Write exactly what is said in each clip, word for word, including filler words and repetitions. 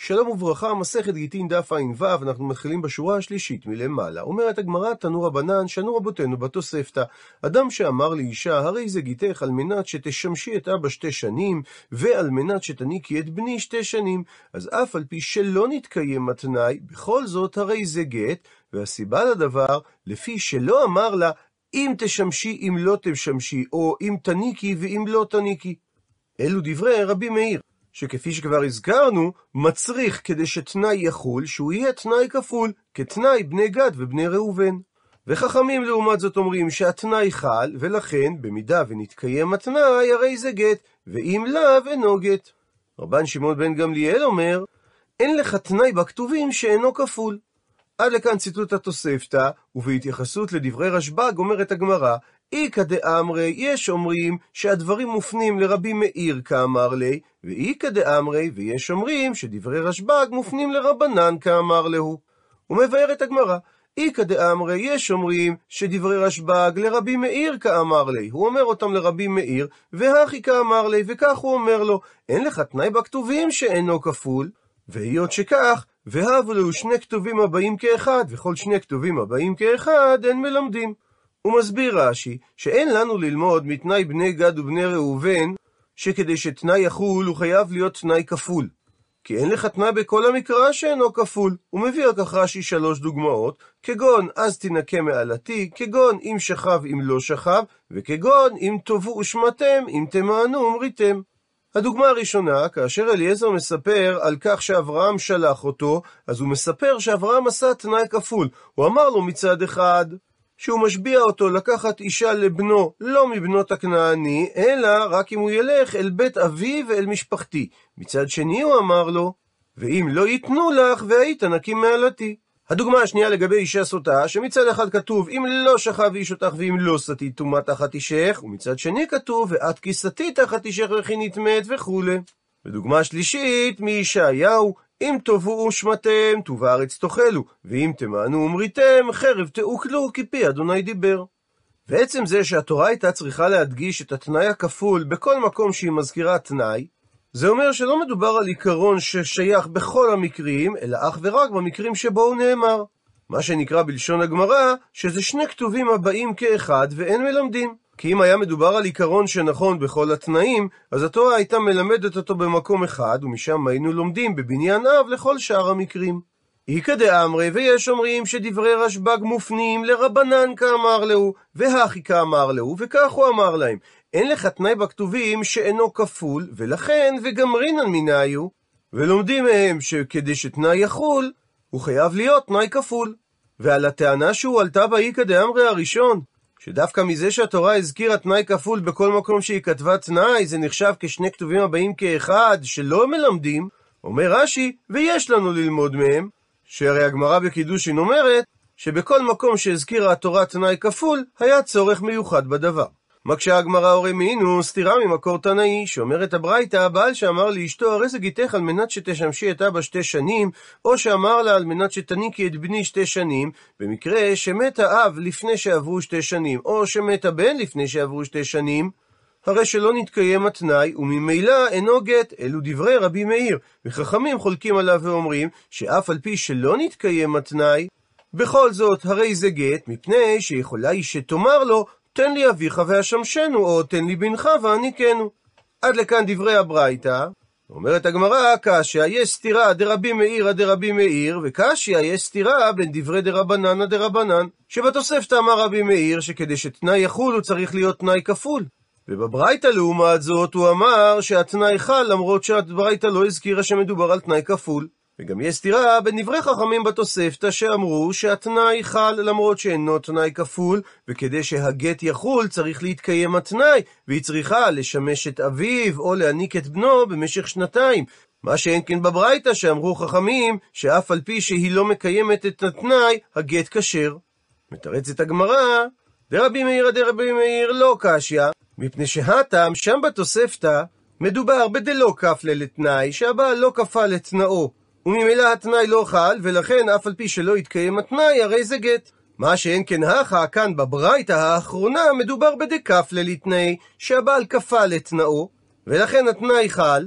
שלום וברכה, מסכת גיטין דף ע"ו, אנחנו מתחילים בשורה השלישית מלמעלה. אומרת הגמרא, תנו רבנן, שנו רבותינו בתוספתא, אדם שאמר לאישה, הרי זה גיתך על מנת שתשמשי את אבא שתי שנים, ועל מנת שתניקי את בני שתי שנים, אז אף על פי שלא נתקיים התנאי, בכל זאת הרי זה גט, והסיבה לדבר, לפי שלא אמר לה, אם תשמשי, אם לא תשמשי, או אם תניקי ואם לא תניקי. אלו דברי רבי מאיר. שכפי שכבר הזכרנו, מצריך כדי שתנאי יחול, שהוא יהיה תנאי כפול, כתנאי בני גד ובני ראובן. וחכמים לעומת זאת אומרים שהתנאי חל, ולכן במידה ונתקיים התנאי, הרי זה גט, ואם לאו אינו גט. רבן שמעון בן גמליאל אומר, אין לך תנאי בכתובים שאינו כפול. עד לכאן ציטוט התוספתא, ובהתייחסות לדברי רשב"ג אומרת הגמרא, איכא דאמרי, יש אומרים שהדברים מופנים לרבי מאיר כאמר לי, ואיכא דאמרי, ויש אומרים שדברי רשב"ג מופנים לרבנן כאמר להו. ומבארת הגמרא, איכא דאמרי, יש אומרים שדברי רשב"ג לרבי מאיר כאמר לי, הוא אומר אותם לרבי מאיר, והכי כאמר לי, וכך הוא אומר לו, אין לך תנאי בכתובים שאינו כפול, והיות שכך, והבו לו שני כתובים הבאים כאחד, וכל שני כתובים הבאים כאחד, אין מלמדים. הוא מסביר רש"י, שאין לנו ללמוד מתנאי בני גד ובני ראובן, שכדי שתנאי יחול הוא חייב להיות תנאי כפול. כי אין לך תנאי בכל המקרא שאינו כפול. הוא מביא על כך רש"י שלוש דוגמאות, כגון אז תנקה מעלתי, כגון אם שכב אם לא שכב, וכגון אם תובעו ושמתם, אם תמענו ומריתם. הדוגמה הראשונה, כאשר אליעזר מספר על כך שאברהם שלח אותו, אז הוא מספר שאברהם עשה תנאי כפול. הוא אמר לו מצד אחד, שהוא משביע אותו לקחת אישה לבנו, לא מבנות הכנעני, אלא רק אם הוא ילך אל בית אבי ואל משפחתי. מצד שני הוא אמר לו, ואם לא ייתנו לך, והיית נקים מעלתי. הדוגמה השנייה לגבי אישה סוטה, שמצד אחד כתוב, אם לא שכב איש אותך ואם לא סטית טומאה תחת אישך, ומצד שני כתוב, ואת כי סטית תחת אישך וכי נטמאת וכו'. ודוגמה שלישית, מישעיהו, אם תובעו שמתם, טוב הארץ תאכלו, ואם תמענו ומריתם, חרב תאוכלו, כי פי אדוני דיבר. ועצם זה שהתורה הייתה צריכה להדגיש את התנאי הכפול בכל מקום שהיא מזכירה תנאי, זה אומר שלא מדובר על עיקרון ששייך בכל המקרים, אלא אך ורק במקרים שבו הוא נאמר. מה שנקרא בלשון הגמרא, שזה שני כתובים הבאים כאחד ואין מלמדים. כי אם היה מדובר על עיקרון שנכון בכל התנאים, אז התורה הייתה מלמדת אותו במקום אחד, ומשם היינו לומדים בבניין אב לכל שאר המקרים. איכא דאמרי, ויש אומרים שדברי רשב"ג מופנים לרבנן כאמר להו, והכי כאמר להו, וכך הוא אמר להם, אין לך תנאי בכתובים שאינו כפול, ולכן וגמרינן מנהיו, ולומדים מהם שכדי שתנאי יחול, הוא חייב להיות תנאי כפול. ועל הטענה שהוא עלתה באיכא דאמרי הראשון, שדווקא מזה שהתורה הזכירה תנאי כפול בכל מקום שהיא כתבה תנאי, זה נחשב כשני כתובים הבאים כאחד שלא מלמדים, אומר רש"י, ויש לנו ללמוד מהם, שהרי הגמרא בקידושין אומרת, שבכל מקום שהזכירה התורה תנאי כפול, היה צורך מיוחד בדבר. מקשה הגמרא הורי מינו, סתירה ממקור תנאי, שאומרת הברייתא, הבעל שאמר לאשתו, הרי זה גיתך על מנת שתשמשי את אבא שתי שנים, או שאמר לה על מנת שתניקי את בני שתי שנים, במקרה שמת האב לפני שעברו שתי שנים, או שמת הבן לפני שעברו שתי שנים, הרי שלא נתקיים התנאי, וממילא אינו גט. אלו דברי רבי מאיר, וחכמים חולקים עליו ואומרים, שאף על פי שלא נתקיים התנאי, בכל זאת הרי זה גט, מפני שיכולה היא שתאמר לו, תן לי אביך ואשמשנו, או תן לי בנך ואניקנו. עד לכאן דברי הברייתא. אומרת הגמרא, קשיא יש סתירה דרבי מאיר דרבי מאיר, וקשיא יש סתירה בין דברי דרבנן דרבנן, שבתוספתא אמר רבי מאיר שכדי שתנאי יחול הוא צריך להיות תנאי כפול, ובברייתא לעומת זאת הוא אמר שהתנאי חל למרות שהברייתא לא הזכירה שמדובר על תנאי כפול. וגם יש סתירה בין דברי חכמים בתוספתא שאמרו שהתנאי חל למרות שאינו תנאי כפול, וכדי שהגט יחול צריך להתקיים התנאי, והיא צריכה לשמש את אביו או להניק את בנו במשך שנתיים. מה שאין כן בברייתא שאמרו חכמים שאף על פי שהיא לא מקיימת את התנאי, הגט כשר. מתרצת הגמרא, דרבי מאיר דרבי מאיר לא קשיא, מפני שהטעם שם בתוספתא מדובר בדלא כפלה לתנאי, שהבעל לא כפה לתנאו. וממילא התנאי לא חל, ולכן אף על פי שלא יתקיים התנאי, הרי זה גט. מה שאין כן הכה, כאן בברייתא האחרונה מדובר בדקפלה לתנאי, שהבעל כפה לתנאו, ולכן התנאי חל,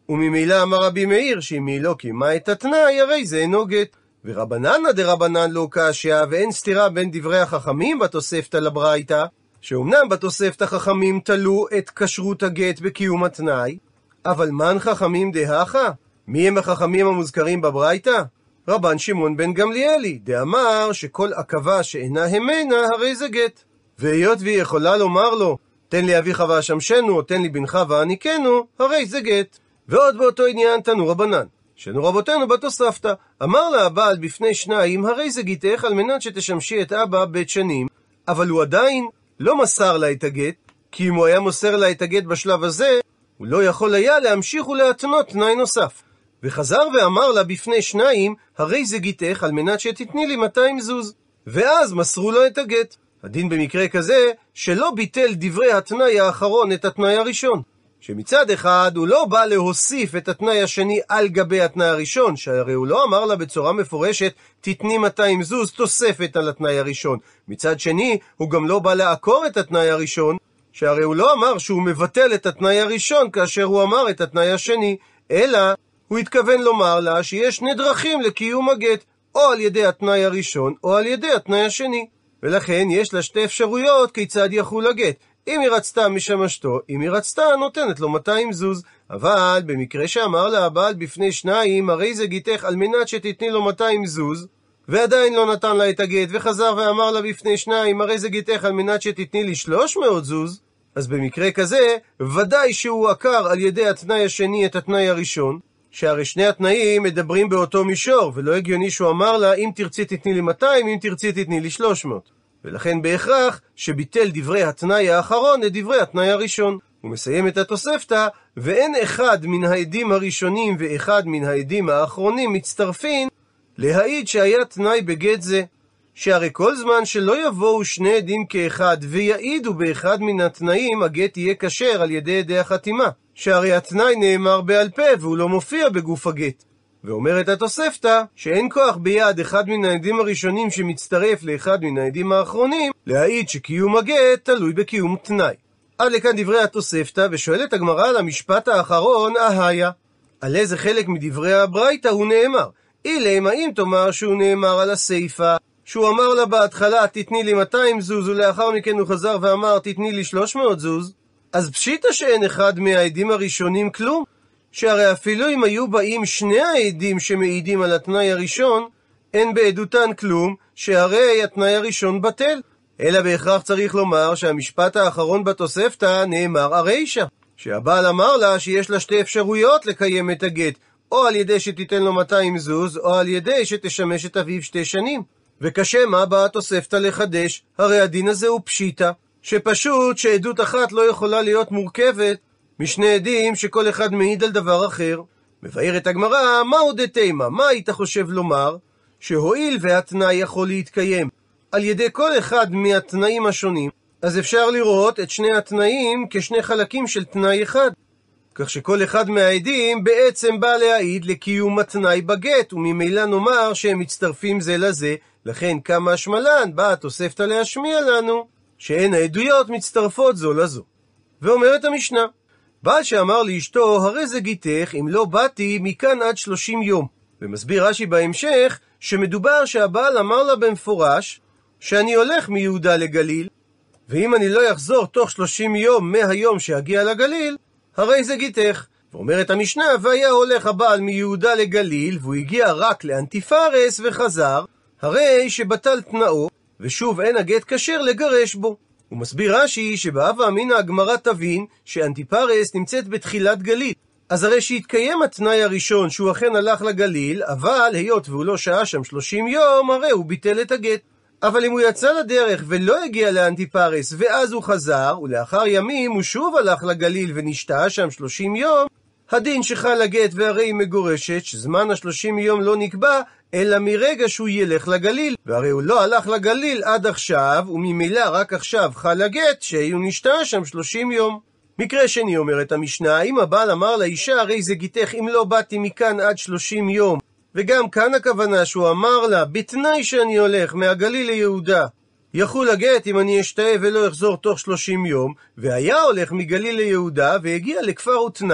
וממילא אמר רבי מאיר שאם היא לא קיימה את התנאי, הרי זה אינו גט. ורבננה דרבנן לא קשיא, ואין סתירה בין דברי החכמים בתוספתא לברייתא, שאומנם בתוספתא חכמים תלו את כשרות הגט בקיום התנאי, אבל מן חכמים דהכה? מי הם החכמים המוזכרים בברייתא? רבן שמעון בן גמליאלי, דאמר שכל עכבה שאינה המנה הרי זה גט. והיות והיא יכולה לומר לו, תן לי אביך ואשמשנו, או תן לי בנך ואניקנו, הרי זה גט. ועוד באותו עניין תנו רבנן, שנו רבותינו בתוספתא, אמר לה הבעל בפני שניים, הרי זה גיתך על מנת שתשמשי את אבא בית שנים, אבל הוא עדיין לא מסר לה את הגט, כי אם הוא היה מוסר לה את הגט בשלב הזה, הוא לא יכול היה להמשיך ולהתנות תנאי נוסף. וחזר ואמר לה בפני שניים, הרי זה גיתך על מנת שתתני לי מאתיים זוז. ואז מסרו לו את הגט. הדין במקרה כזה, שלא ביטל דברי התנאי האחרון את התנאי הראשון. שמצד אחד הוא לא בא להוסיף את התנאי השני על גבי התנאי הראשון, שהרי הוא לא אמר לה בצורה מפורשת, תתני מאתיים זוז תוספת על התנאי הראשון. מצד שני, הוא גם לא בא לעקור את התנאי הראשון, שהרי הוא לא אמר שהוא מבטל את התנאי הראשון כאשר הוא אמר את התנאי השני, אלא הוא התכוון לומר לה שיש שני דרכים לקיום הגט, או על ידי התנאי הראשון או על ידי התנאי השני. ולכן יש לה שתי אפשרויות כיצד יחול הגט. אם היא רצתה משמשתו, אם היא רצתה נותנת לו מאתיים זוז. אבל במקרה שאמר לה הבעל בפני שניים, הרי זה גיתך על מנת שתתני לו מאתיים זוז, ועדיין לא נתן לה את הגט, וחזר ואמר לה בפני שניים, הרי זה גיתך על מנת שתתני לי שלוש מאות זוז, אז במקרה כזה, ודאי שהוא עקר על ידי התנאי השני את התנאי הראשון, שהרי שני התנאים מדברים באותו מישור, ולא הגיוני שהוא אמר לה, אם תרצי תתני לי מאתיים, אם תרצי תתני לי שלוש מאות. ולכן בהכרח שביטל דברי התנאי האחרון את דברי התנאי הראשון. הוא מסיים את התוספתא, ואין אחד מן העדים הראשונים ואחד מן העדים האחרונים מצטרפים להעיד שהיה תנאי בגט זה. שהרי כל זמן שלא יבואו שני עדים כאחד ויעידו באחד מן התנאים, הגט יהיה כשר על ידי עדי החתימה. שהרי התנאי נאמר בעל פה והוא לא מופיע בגוף הגט. ואומרת התוספתא שאין כוח ביד אחד מן העדים הראשונים שמצטרף לאחד מן העדים האחרונים להעיד שקיום הגט תלוי בקיום תנאי. עד לכאן דברי התוספתא, ושואלת הגמרא על המשפט האחרון, אהיה, על איזה חלק מדברי הברייתא הוא נאמר? אילם, האם תאמר שהוא נאמר על הסיפא, שהוא אמר לה בהתחלה תתני לי מאתיים זוז, ולאחר מכן הוא חזר ואמר תתני לי שלוש מאות זוז? אז פשיטא שאין אחד מהעדים הראשונים כלום, שהרי אפילו אם היו באים שני העדים שמעידים על התנאי הראשון, אין בעדותן כלום, שהרי התנאי הראשון בטל. אלא בהכרח צריך לומר שהמשפט האחרון בתוספתא נאמר הרישא, שהבעל אמר לה שיש לה שתי אפשרויות לקיים את הגט, או על ידי שתיתן לו מאתיים זוז, או על ידי שתשמש את אביו שתי שנים. וקשה מה באה התוספתא לחדש? הרי הדין הזה הוא פשיטא, שפשוט שעדות אחת לא יכולה להיות מורכבת משני עדים שכל אחד מעיד על דבר אחר. מבארת הגמרא, מהו דתימה? מה היית חושב לומר? שהואיל והתנאי יכול להתקיים על ידי כל אחד מהתנאים השונים, אז אפשר לראות את שני התנאים כשני חלקים של תנאי אחד, כך שכל אחד מהעדים בעצם בא להעיד לקיום התנאי בגט, וממילא נאמר שהם מצטרפים זה לזה. לכן כמה השמלן באה התוספתא להשמיע לנו שאין העדויות מצטרפות זו לזו. ואומרת המשנה, בעל שאמר לאשתו הרי זה גיתך אם לא באתי מכאן עד שלושים יום. ומסביר רש"י בהמשך שמדובר שהבעל אמר לה במפורש שאני הולך מיהודה לגליל, ואם אני לא יחזור תוך שלושים יום מהיום שהגיע לגליל, הרי זה גיתך. ואומרת המשנה, והיה הולך הבעל מיהודה לגליל והוא הגיע רק לאנטיפרס וחזר, הרי שבטל תנאו ושוב אין הגט כשר לגרש בו. הוא מסביר רש"י שבהווה אמינא הגמרא תבין שאנטיפרס נמצאת בתחילת גליל, אז הרי שהתקיים התנאי הראשון שהוא אכן הלך לגליל, אבל היות והוא לא שעה שם שלושים יום, הרי הוא ביטל את הגט. אבל אם הוא יצא לדרך ולא הגיע לאנטיפרס ואז הוא חזר, ולאחר ימים הוא שוב הלך לגליל ונשתהה שם שלושים יום, הדין שחל הגט והרי היא מגורשת, שזמן השלושים יום לא נקבע אלא מרגע שהוא ילך לגליל, והרי הוא לא הלך לגליל עד עכשיו, וממילא רק עכשיו חל הגט שהוא נשתהה שם שלושים יום. מקרה שני אומרת המשנה, אם הבעל אמר לאישה הרי זה גיתך אם לא באתי מכאן עד שלושים יום, וגם כאן הכוונה שהוא אמר לה בתנאי שאני הולך מהגליל ליהודה, יחול הגט אם אני אשתהה ולא אחזור תוך שלושים יום, והיה הולך מגליל ליהודה והגיע לכפר ותנאי,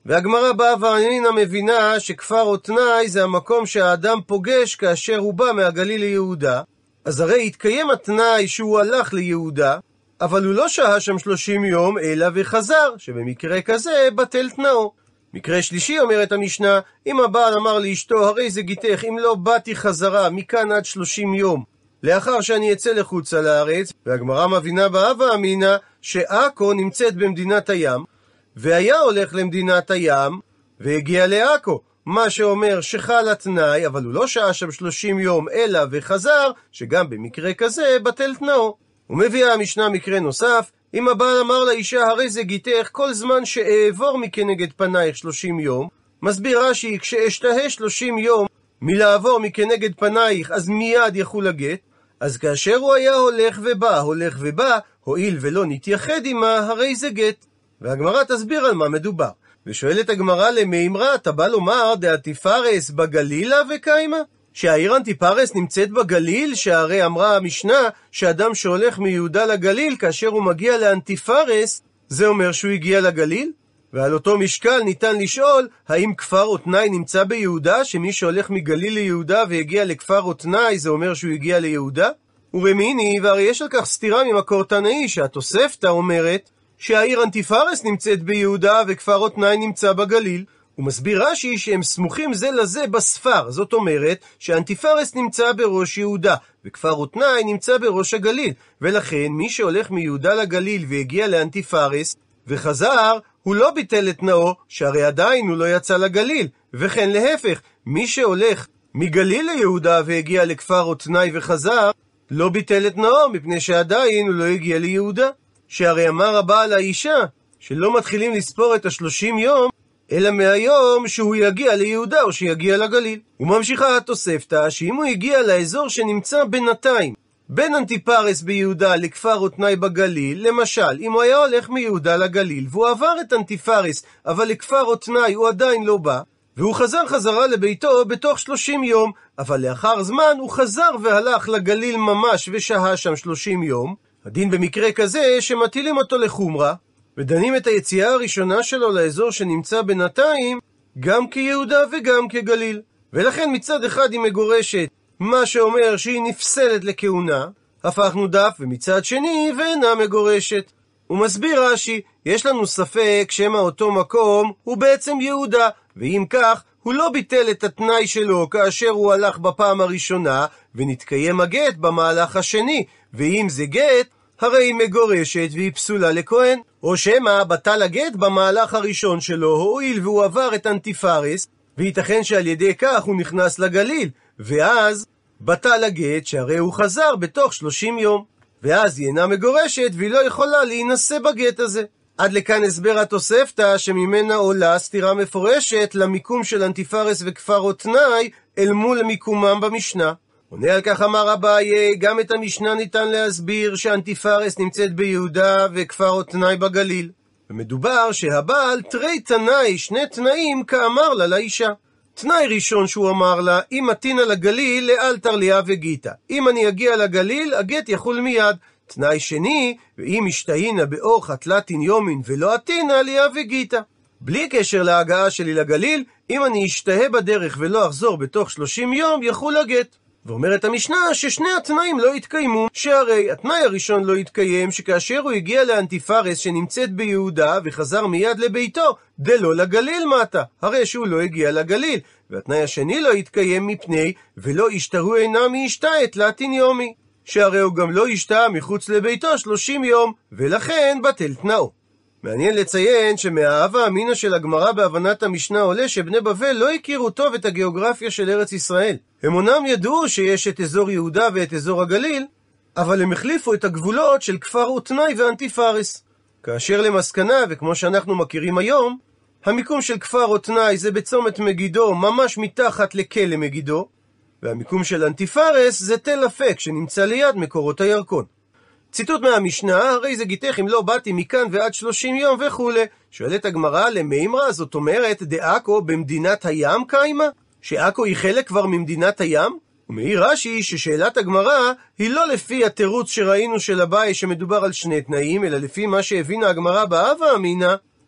והגמרא באה ואמינא מבינה שכפר או תנאי זה המקום שהאדם פוגש כאשר הוא בא מהגליל ליהודה, אז הרי התקיים התנאי שהוא הלך ליהודה, אבל הוא לא שהה שם שלושים יום אלא וחזר, שבמקרה כזה בטל תנאו. מקרה שלישי אומרת המשנה, אם הבעל אמר לאשתו הרי זה גיתך אם לא באתי חזרה מכאן עד שלושים יום לאחר שאני אצא לחוץ על הארץ, והגמרא מבינה באה ואמינא שעכו נמצאת במדינת הים, והיה הולך למדינת הים והגיע לעכו, מה שאומר שחל התנאי, אבל הוא לא שהה שם שלושים יום אלא וחזר, שגם במקרה כזה בטל תנאו. ומביאה המשנה מקרה נוסף, אם הבעל אמר לאישה הרי זה גיתך כל זמן שאעבור מכנגד פנייך שלושים יום, מסביר רש"י כשאשתהה שלושים יום מלעבור מכנגד פנייך אז מיד יחול הגט, אז כאשר הוא היה הולך ובא, הולך ובא, הואיל ולא נתייחד עמה, הרי זה גט. והגמרא תסביר על מה מדובר. ושואלת הגמרא למימרא, אתה בא לומר דאנטיפרס בגלילה וקיימה? שהעיר אנטיפרס נמצאת בגליל, שהרי אמרה המשנה שאדם שהולך מיהודה לגליל כאשר הוא מגיע לאנטיפרס, זה אומר שהוא הגיע לגליל? ועל אותו משקל ניתן לשאול, האם כפר או תנאי נמצא ביהודה, שמי שהולך מגליל ליהודה והגיע לכפר או תנאי, זה אומר שהוא הגיע ליהודה? ורמיני, והרי יש על כך סתירה ממקור תנאי, שהתוספתא אומרת שהעיר אנטיפרס נמצאת ביהודה וכפר או תנאי נמצא בגליל. הוא מסביר רש"י שהם סמוכים זה לזה בספר, זאת אומרת שאנטיפרס נמצא בראש יהודה וכפר או תנאי נמצא בראש הגליל, ולכן מי שהולך מיהודה לגליל והגיע לאנטיפרס וחזר, הוא לא ביטל את תנאו, שהרי עדיין הוא לא יצא לגליל. וכן להפך, מי שהולך מגליל ליהודה והגיע לכפר או תנאי וחזר, לא ביטל את תנאו, מפני שעדיין הוא לא הגיע ליהודה. שהרי אמר הבעל לאישה שלא מתחילים לספור את השלושים יום אלא מהיום שהוא יגיע ליהודה או שיגיע לגליל. וממשיכה התוספתא שאם הוא הגיע לאזור שנמצא בינתיים בין אנטיפרס ביהודה לכפר או תנאי בגליל, למשל אם הוא היה הולך מיהודה לגליל והוא עבר את אנטיפרס אבל לכפר או תנאי הוא עדיין לא בא, והוא חזר חזרה לביתו בתוך שלושים יום, אבל לאחר זמן הוא חזר והלך לגליל ממש ושהה שם שלושים יום, הדין במקרה כזה שמטילים אותו לחומרה ודנים את היציאה הראשונה שלו לאזור שנמצא בינתיים גם כיהודה וגם כגליל, ולכן מצד אחד היא מגורשת, מה שאומר שהיא נפסלת לכהונה, הפכנו דף, ומצד שני ואינה מגורשת. הוא מסביר רש"י, יש לנו ספק שמה אותו מקום הוא בעצם יהודה, ואם כך הוא לא ביטל את התנאי שלו כאשר הוא הלך בפעם הראשונה ונתקיים הגט במהלך השני, ואם זה גט הרי היא מגורשת והיא פסולה לכהן. או שמה בטל הגט במהלך הראשון שלו הואיל והוא עבר את אנטיפרס, וייתכן שעל ידי כך הוא נכנס לגליל, ואז בטל הגט שהרי הוא חזר בתוך שלושים יום, ואז היא אינה מגורשת והיא לא יכולה להינשא בגט הזה. עד לכאן הסבר התוספתא שממנה עולה סתירה מפורשת למיקום של אנטיפרס וכפר או תנאי אל מול מיקומם במשנה. עונה על כך אמר אביי, גם את המשנה ניתן להסביר שאנטיפרס נמצאת ביהודה וכפר או תנאי בגליל, ומדובר שהבעל תרי תנאי, שני תנאים כאמר לה לאישה. תנאי ראשון שהוא אמר לה, אם מתינה לגליל לאלתר ליה וגיטה, אם אני אגיע לגליל הגט יחול מיד. תנאי שני, ואם השתהינה באור חתלתין יומין ולא עתינה ליה וגיטה, בלי קשר להגעה שלי לגליל, אם אני אשתהה בדרך ולא אחזור בתוך שלושים יום יחול הגט. ואומרת המשנה ששני התנאים לא התקיימו, שהרי התנאי הראשון לא התקיים שכאשר הוא הגיע לאנטיפרס שנמצאת ביהודה וחזר מיד לביתו דלא לגליל מטה, הרי שהוא לא הגיע לגליל. והתנאי השני לא התקיים מפני ולא השתהו אינה מהשתהת תלתין יומי, שהרי הוא גם לא השתהה מחוץ לביתו שלושים יום, ולכן בטל תנאו. מעניין לציין שמההווה אמינא של הגמרא בהבנת המשנה עולה שבני בבל לא הכירו טוב את הגיאוגרפיה של ארץ ישראל. הם אומנם ידעו שיש את אזור יהודה ואת אזור הגליל, אבל הם החליפו את הגבולות של כפר ותנאי ואנטיפרס. כאשר למסקנה, וכמו שאנחנו מכירים היום, המיקום של כפר ותנאי זה בצומת מגידו, ממש מתחת לכלא מגידו, והמיקום של אנטיפרס זה תל אפק שנמצא ליד מקורות הירקון. ציטוט מהמשנה, הרי זה גיתך אם לא באתי מכאן ועד שלושים יום וכו'. שואלת הגמרא למימרא, זאת אומרת דעכו במדינת הים קיימה? שעכו היא חלק כבר ממדינת הים? ומעיר רש"י ששאלת הגמרא היא לא לפי התירוץ שראינו של אביי שמדובר על שני תנאים, אלא לפי מה שהבינה הגמרא בהווה אמינא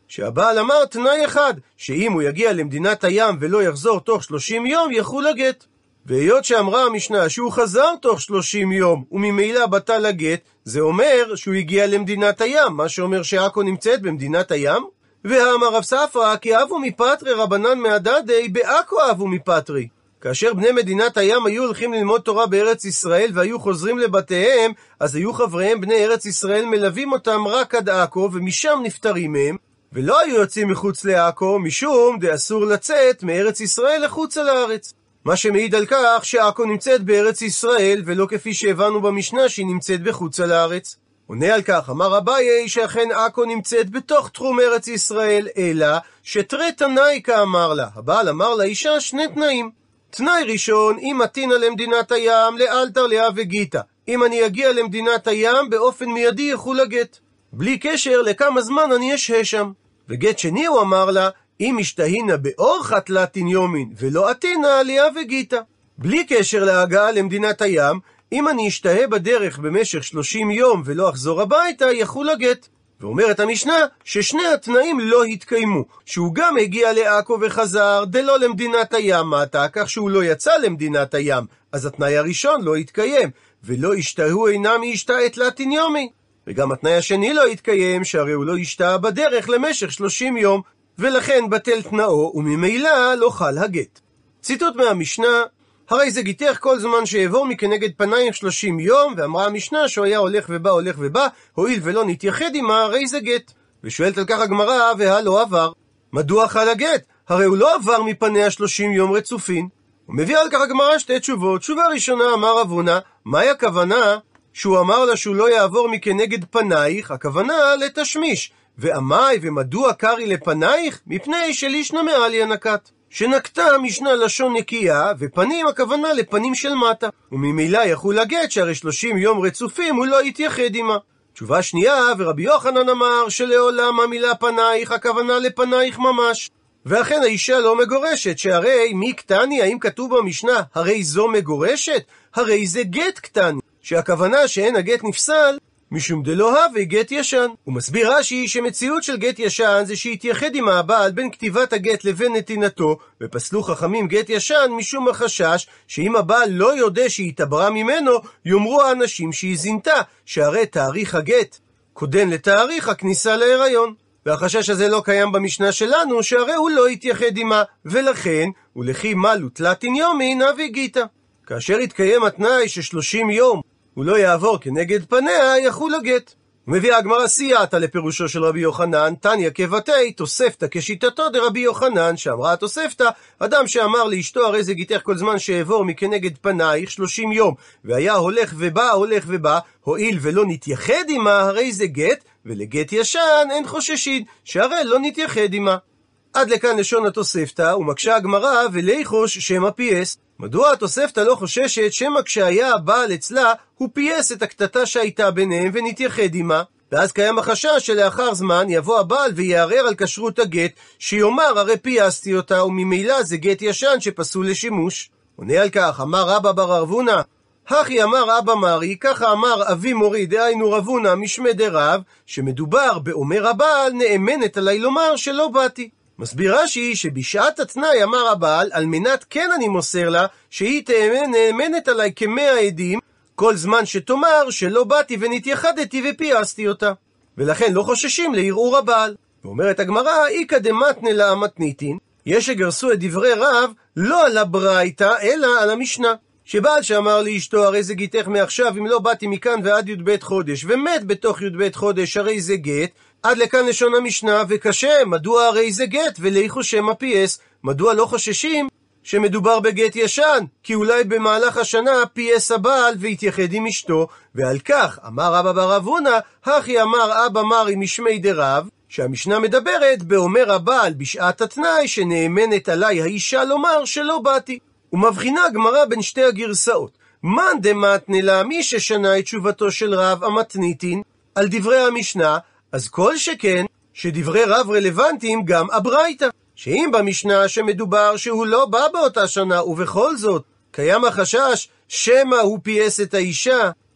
שהבעל אמר תנאי אחד, שאם הוא יגיע למדינת הים ולא יחזור תוך שלושים יום, יחול הגט. והיות שאמרה המשנה שהוא חזר תוך שלושים יום, וממילא בטל הגט, זה אומר שהוא הגיע למדינת הים, מה שאומר שעכו נמצאת במדינת הים. והאמר רב ספרא, כי אבו מפטרי רבנן מהדדי, בעכו אבו מפטרי. כאשר בני מדינת הים היו הולכים ללמוד תורה בארץ ישראל והיו חוזרים לבתיהם, אז היו חבריהם בני ארץ ישראל מלווים אותם רק עד עכו, ומשם נפטרים מהם, ולא היו יוצאים מחוץ לעכו, משום דאסור לצאת מארץ ישראל לחוץ על הארץ. מה שמעיד על כך שעכו נמצאת בארץ ישראל, ולא כפי שהבנו במשנה שהיא נמצאת בחוץ על הארץ. עונה על כך, אמר אביי שאכן עכו נמצאת בתוך תחום ארץ ישראל, אלא שתרי תנאי כאמר לה. הבעל אמר לאישה שני תנאים. תנאי ראשון, אם מתינה למדינת הים, לאלתר לאה וגיטה. אם אני אגיע למדינת הים, באופן מיידי יחול הגט. בלי קשר לכמה זמן אני אשהה שם. וגט שני הוא אמר לה, אם משתהינה באורחת תלתין יומין, ולא עתינה לאה וגיטה. בלי קשר להגעה למדינת הים, אם אני אשתהה בדרך במשך שלושים יום ולא אחזור הביתה, יחול הגט. ואומרת המשנה ששני התנאים לא התקיימו, שהוא גם הגיע לעכו וחזר, דלא למדינת הים מטה, כך שהוא לא יצא למדינת הים, אז התנאי הראשון לא התקיים, ולא ישתהו אינם ישתה את תלתין יומי. וגם התנאי השני לא התקיים, שהרי הוא לא ישתה בדרך למשך שלושים יום, ולכן בטל תנאו, וממילא לא חל הגט. ציטוט מהמשנה, הרי זה גיתך כל זמן שיעבור מכנגד פנייך שלושים יום, ואמרה המשנה שהוא היה הולך ובא הולך ובא, הואיל ולא נתייחד עמה, הרי זה גט. ושואלת על כך הגמרא, והלא עבר. מדוע חל הגט? הרי הוא לא עבר מפניה שלושים יום רצופין. הוא מביא על כך הגמרא שתי תשובות. תשובה ראשונה, אמר רב הונא, מהי הכוונה שהוא אמר לה שהוא לא יעבור מכנגד פנייך? הכוונה לתשמיש. ואמי ומדוע קרי לפנייך? מפני שלישנא מעליא נקט. שנקטה המשנה לשון נקייה, ופנים הכוונה לפנים של מטה. וממילא יחול הגט שהרי שלושים יום רצופים הוא לא יתייחד עמה. תשובה שנייה, ורבי יוחנן אמר שלעולם המילה פנייך הכוונה לפנייך ממש. ואכן האישה לא מגורשת, שהרי מי קטני, האם כתוב במשנה הרי זו מגורשת? הרי זה גט קטני, שהכוונה שאין הגט נפסל משום דלא הווה גט ישן. הוא מסביר רש"י שמציאות של גט ישן זה שהתייחד עם הבעל בין כתיבת הגט לבין נתינתו, ופסלו חכמים גט ישן משום החשש שאם הבעל לא יודע שהיא התעברה ממנו, יאמרו האנשים שהיא זינתה, שהרי תאריך הגט קודם לתאריך הכניסה להיריון. והחשש הזה לא קיים במשנה שלנו, שהרי הוא לא התייחד עמה, ולכן ולכי מלו תלתין יומין הווה גיטה. כאשר יתקיים התנאי ששלושים יום הוא לא יעבור כנגד פניה, יחול הגט. ומביאה הגמרא סייעתא לפירושו של רבי יוחנן, תניא כבתי, תוספתא כשיטתו דרבי יוחנן, שאמרה התוספתא, אדם שאמר לאשתו הרי זה גיתך כל זמן שאעבור מכנגד פנייך שלושים יום, והיה הולך ובא, הולך ובא, הואיל ולא נתייחד עמה, הרי זה גט, ולגט ישן אין חוששין, שהרי לא נתייחד עמה. עד לכאן לשון התוספתא, ומקשה הגמרא וליחוש שמא פייס. מדוע התוספתא לא חוששת שמא כשהיה הבעל אצלה הוא פייס את הקטטה שהייתה ביניהם ונתייחד עמה, ואז קיים החשש שלאחר זמן יבוא הבעל ויערער על כשרות הגט, שיאמר הרי פייסתי אותה, וממילא זה גט ישן שפסול לשימוש. עונה על כך, אמר רבא בר ארבונה, הכי אמר אבא מרי, ככה אמר אבי מורי, דהיינו רב הונא משמי דרב, שמדובר באומר הבעל נאמנת עלי לומר שלא באתי. מסביר רש"י שבשעת התנאי אמר הבעל, על מנת כן אני מוסר לה, שהיא תאמן נאמנת עליי כמאה עדים, כל זמן שתאמר שלא באתי ונתייחדתי ופייסתי אותה. ולכן לא חוששים לערעור הבעל. ואומרת הגמרא, איכא דמתנא לה מתניתין, יש שגרסו את דברי רב לא על הברייתא אלא על המשנה. שבעל שאמר לאשתו הרי זה גיתך מעכשיו אם לא באתי מכאן ועד י"ב חודש, ומת בתוך י"ב חודש, הרי זה גט. עד לכאן לשון המשנה, וקשה, מדוע הרי זה גט וליחו שמא פייס? מדוע לא חוששים שמדובר בגט ישן? כי אולי במהלך השנה פייס הבעל והתייחד עם אשתו. ועל כך אמר רבא בר רב הונא, הכי אמר אבא מרי משמי דרב, שהמשנה מדברת באומר הבעל בשעת התנאי שנאמנת עליי האישה לומר שלא באתי. ומבחינה הגמרא בין שתי הגרסאות. מאן דמתנא לה, מי ששנה את תשובתו של רב המתניתין על דברי המשנה, אז כל שכן שדברי רב רלוונטיים גם הברייתא, שאם במשנה שמדובר שהוא לא בא באותה שנה ובכל זאת קיים החשש שמא הוא פייס את האישה,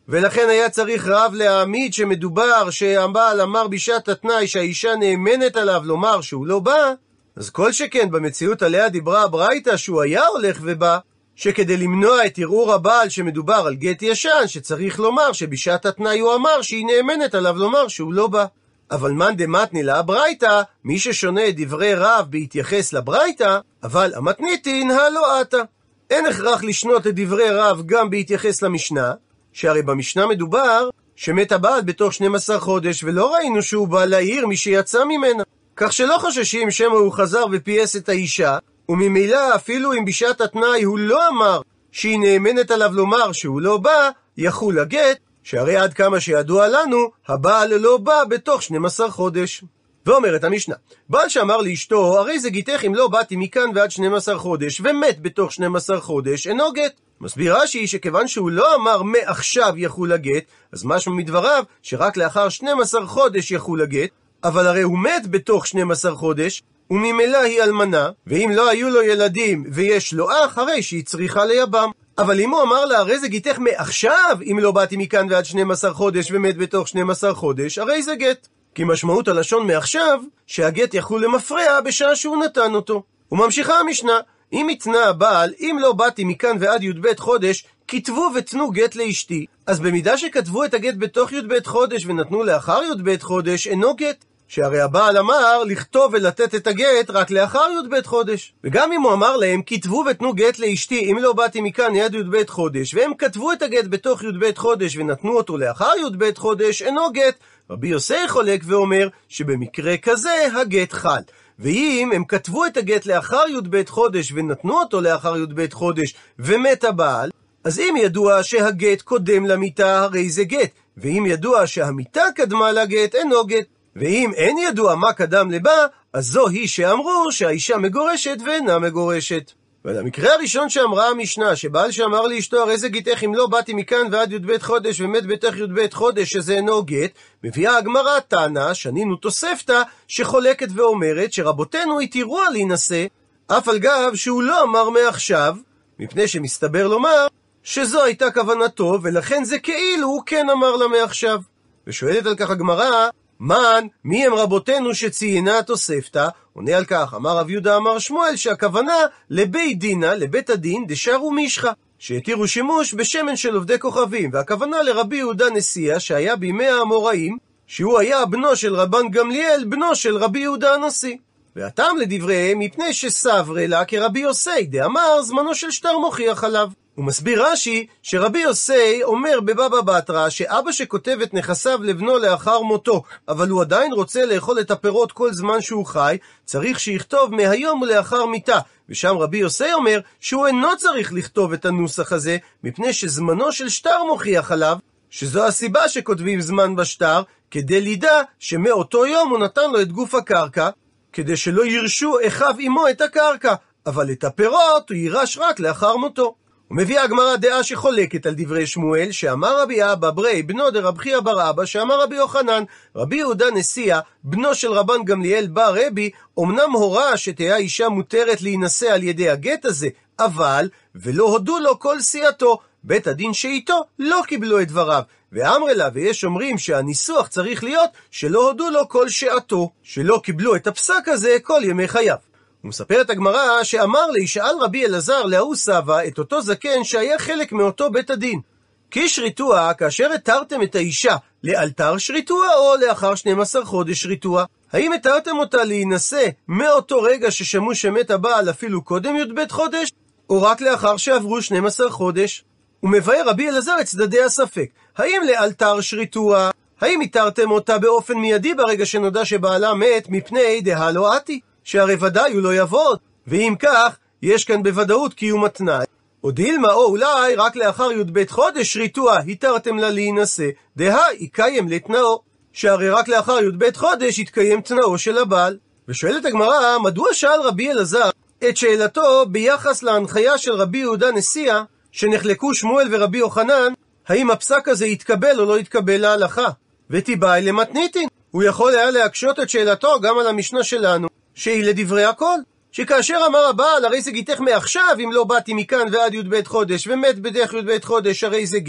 ולכן היה צריך רב להעמיד שמדובר שהבעל אמר בשעת התנאי שהאישה נאמנת עליו לומר שהוא לא בא, אז כל שכן במציאות עליה דיברה הברייתא שהוא היה הולך ובא, שכדי למנוע את ערעור הבעל שמדובר על גט ישן, שצריך לומר שבשעת התנאי הוא אמר שהיא נאמנת עליו לומר שהוא לא בא. אבל מן דמתני לה הברייתא, מי ששונה את דברי רב בהתייחס לברייתא, אבל המתניתין הלא עתה. אין הכרח לשנות את דברי רב גם בהתייחס למשנה, שהרי במשנה מדובר שמת הבעל בתוך שנים עשר חודש, ולא ראינו שהוא בא להעיר מי שיצא ממנה. כך שלא חוששים שמא הוא חזר ופייס את האישה, וממילא אפילו אם בשעת התנאי הוא לא אמר שהיא נאמנת עליו לומר שהוא לא בא, יחול הגט, שהרי עד כמה שידוע לנו, הבעל לא בא בתוך שנים עשר חודש. ואומרת המשנה, בעל שאמר לאשתו, הרי זה גיתך אם לא באתי מכאן ועד שנים עשר חודש, ומת בתוך שנים עשר חודש, אינו גט. מסביר רש"י שכיוון שהוא לא אמר מעכשיו יחול הגט, אז משמע מדבריו שרק לאחר שנים עשר חודש יחול הגט, אבל הרי הוא מת בתוך שנים עשר חודש, וממילא היא אלמנה, ואם לא היו לו ילדים ויש לו אח, הרי שהיא צריכה לייבם. אבל אם הוא אמר לה, הרי זה גיתך מעכשיו, אם לא באתי מכאן ועד שנים עשר חודש ומת בתוך שנים עשר חודש, הרי זה גט. כי משמעות הלשון מעכשיו, שהגט יחול למפרע בשעה שהוא נתן אותו. וממשיכה המשנה, אם התנה הבעל, אם לא באתי מכאן ועד י"ב חודש, כתבו ותנו גט לאשתי. אז במידה שכתבו את הגט בתוך י"ב חודש ונתנו לאחר י"ב חודש, אינו גט. שהרי הבעל אמר לכתוב ולתת את הגט רק לאחר י"ב חודש. וגם אם הוא אמר להם כתבו ותנו גט לאשתי אם לא באתי מכאן עד י"ב חודש, והם כתבו את הגט בתוך י"ב חודש ונתנו אותו לאחר י"ב חודש, אינו גט. רבי יוסי חולק ואומר שבמקרה כזה הגט חל. ואם הם כתבו את הגט לאחר י"ב חודש ונתנו אותו לאחר י"ב חודש ומת הבעל, אז אם ידוע שהגט קודם למיתה, הרי זה גט. ואם ידוע שהמיתה קדמה לגט, אינו גט. ואם אין ידוע מה קדם לבא, אז זו היא שאמרו שהאישה מגורשת ואינה מגורשת. ועל המקרה הראשון שאמרה המשנה, שבעל שאמר לאשתו הרי זה גיתך אם לא באתי מכאן ועד י"ב חודש ומת בתוך י"ב חודש שזה אינו גט, מביאה הגמרא תנא, שנינו תוספתא, שחולקת ואומרת שרבותינו התירו על להינשא, אף על גב שהוא לא אמר מעכשיו, מפני שמסתבר לומר שזו הייתה כוונתו, ולכן זה כאילו הוא כן אמר לה מעכשיו. ושואלת על כך הגמרא, מן, מי הם רבותינו שציינה התוספתא? עונה על כך, אמר רב יהודה אמר שמואל שהכוונה לבית דינה, לבית הדין, דשארו מישחה, שהתירו שימוש בשמן של עובדי כוכבים, והכוונה לרבי יהודה נשיאה שהיה בימי האמוראים, שהוא היה בנו של רבן גמליאל, בנו של רבי יהודה הנשיא. והטעם לדבריהם מפני שסברי לה כרבי יוסי, דאמר זמנו של שטר מוכיח עליו. הוא מסביר רש"י שרבי יוסי אומר בבבא בתרא שאבא שכותב את נכסיו לבנו לאחר מותו, אבל הוא עדיין רוצה לאכול את הפירות כל זמן שהוא חי, צריך שיכתוב מהיום ולאחר מיתה. ושם רבי יוסי אומר שהוא אינו צריך לכתוב את הנוסח הזה, מפני שזמנו של שטר מוכיח עליו, שזו הסיבה שכותבים זמן בשטר, כדי לידע שמאותו יום הוא נתן לו את גוף הקרקע, כדי שלא ירשו אחיו עמו את הקרקע, אבל את הפירות הוא יירש רק לאחר מותו. ומביאה הגמרא דעה שחולקת על דברי שמואל, שאמר רבי אבא ברי בנו דרב חייא בר אבא, שאמר רבי יוחנן, רבי יהודה נשיאה, בנו של רבן גמליאל בר רבי, אמנם הורה שתהיה אישה מותרת להינשא על ידי הגט הזה, אבל, ולא הודו לו כל סיעתו, בית הדין שאיתו לא קיבלו את דבריו, ואמר לה, ויש אומרים שהניסוח צריך להיות שלא הודו לו כל שעתו, שלא קיבלו את הפסק הזה כל ימי חייו. הוא מספר את הגמרא שאמר לי, שאל רבי אלעזר להוא סבא את אותו זקן שהיה חלק מאותו בית הדין, כי שריתוה, כאשר התרתם את האישה לאלתר שריתוה או לאחר שנים עשר חודש שריתוה? האם התרתם אותה להינשא מאותו רגע ששמעו שמת הבעל אפילו קודם י"ב חודש, או רק לאחר שעברו שנים עשר חודש? הוא מבאר רבי אלעזר את צדדי הספק, האם לאלתר שריתוה, האם התרתם אותה באופן מיידי ברגע שנודע שבעלה מת מפני דהלו עתי, שהרי ודאי הוא לא יעבוד, ואם כך, יש כאן בוודאות קיום התנאי. או דילמה, או אולי רק לאחר י"ב חודש שריתוה, התרתם לה להינשא, דהה יקיים לתנאו, שהרי רק לאחר י"ב חודש יתקיים תנאו של הבעל. ושואלת הגמרא, מדוע שאל רבי אלעזר את שאלתו ביחס להנחיה של רבי יהודה נשיאה, שנחלקו שמואל ורבי יוחנן, האם הפסק הזה יתקבל או לא יתקבל להלכה? ותיבאי למתניתין. הוא יכול היה להקשות את שאלתו גם על המשנה שלנו, שהיא לדברי הכל, שכאשר אמר הבעל הרי זה גיתך מעכשיו אם לא באתי מכאן ועד י"ב חודש ומת בדרך י"ב חודש הרי זה גט,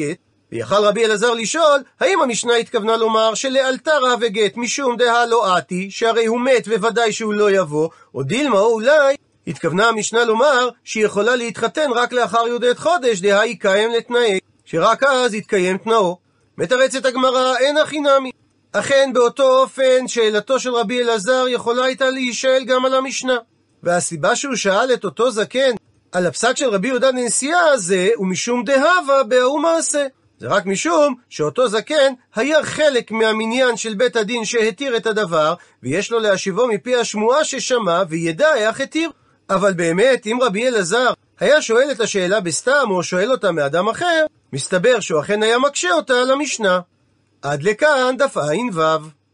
ויכל רבי אלעזר לשאול, האם המשנה התכוונה לומר שלאלתר הווה גט משום דהה לא אתי, שהרי הוא מת וודאי שהוא לא יבוא, או דילמה או אולי התכוונה המשנה לומר שהיא יכולה להתחתן רק לאחר י"ד חודש, דהה יקיים לתנאי, שרק אז יתקיים תנאו. מתרצת הגמרא, אין הכי נמי. אכן באותו אופן שאלתו של רבי אלעזר יכולה הייתה להישאל גם על המשנה. והסיבה שהוא שאל את אותו זקן על הפסק של רבי יהודה דנשיאה הזה, הוא משום דהבה בהוא מעשה. זה רק משום שאותו זקן היה חלק מהמניין של בית הדין שהתיר את הדבר, ויש לו להשיבו מפי השמועה ששמע וידע איך התיר. אבל באמת, אם רבי אלעזר היה שואל את השאלה בסתם או שואל אותה מאדם אחר, מסתבר שהוא אכן היה מקשה אותה על המשנה. עד לכאן דף עין וו.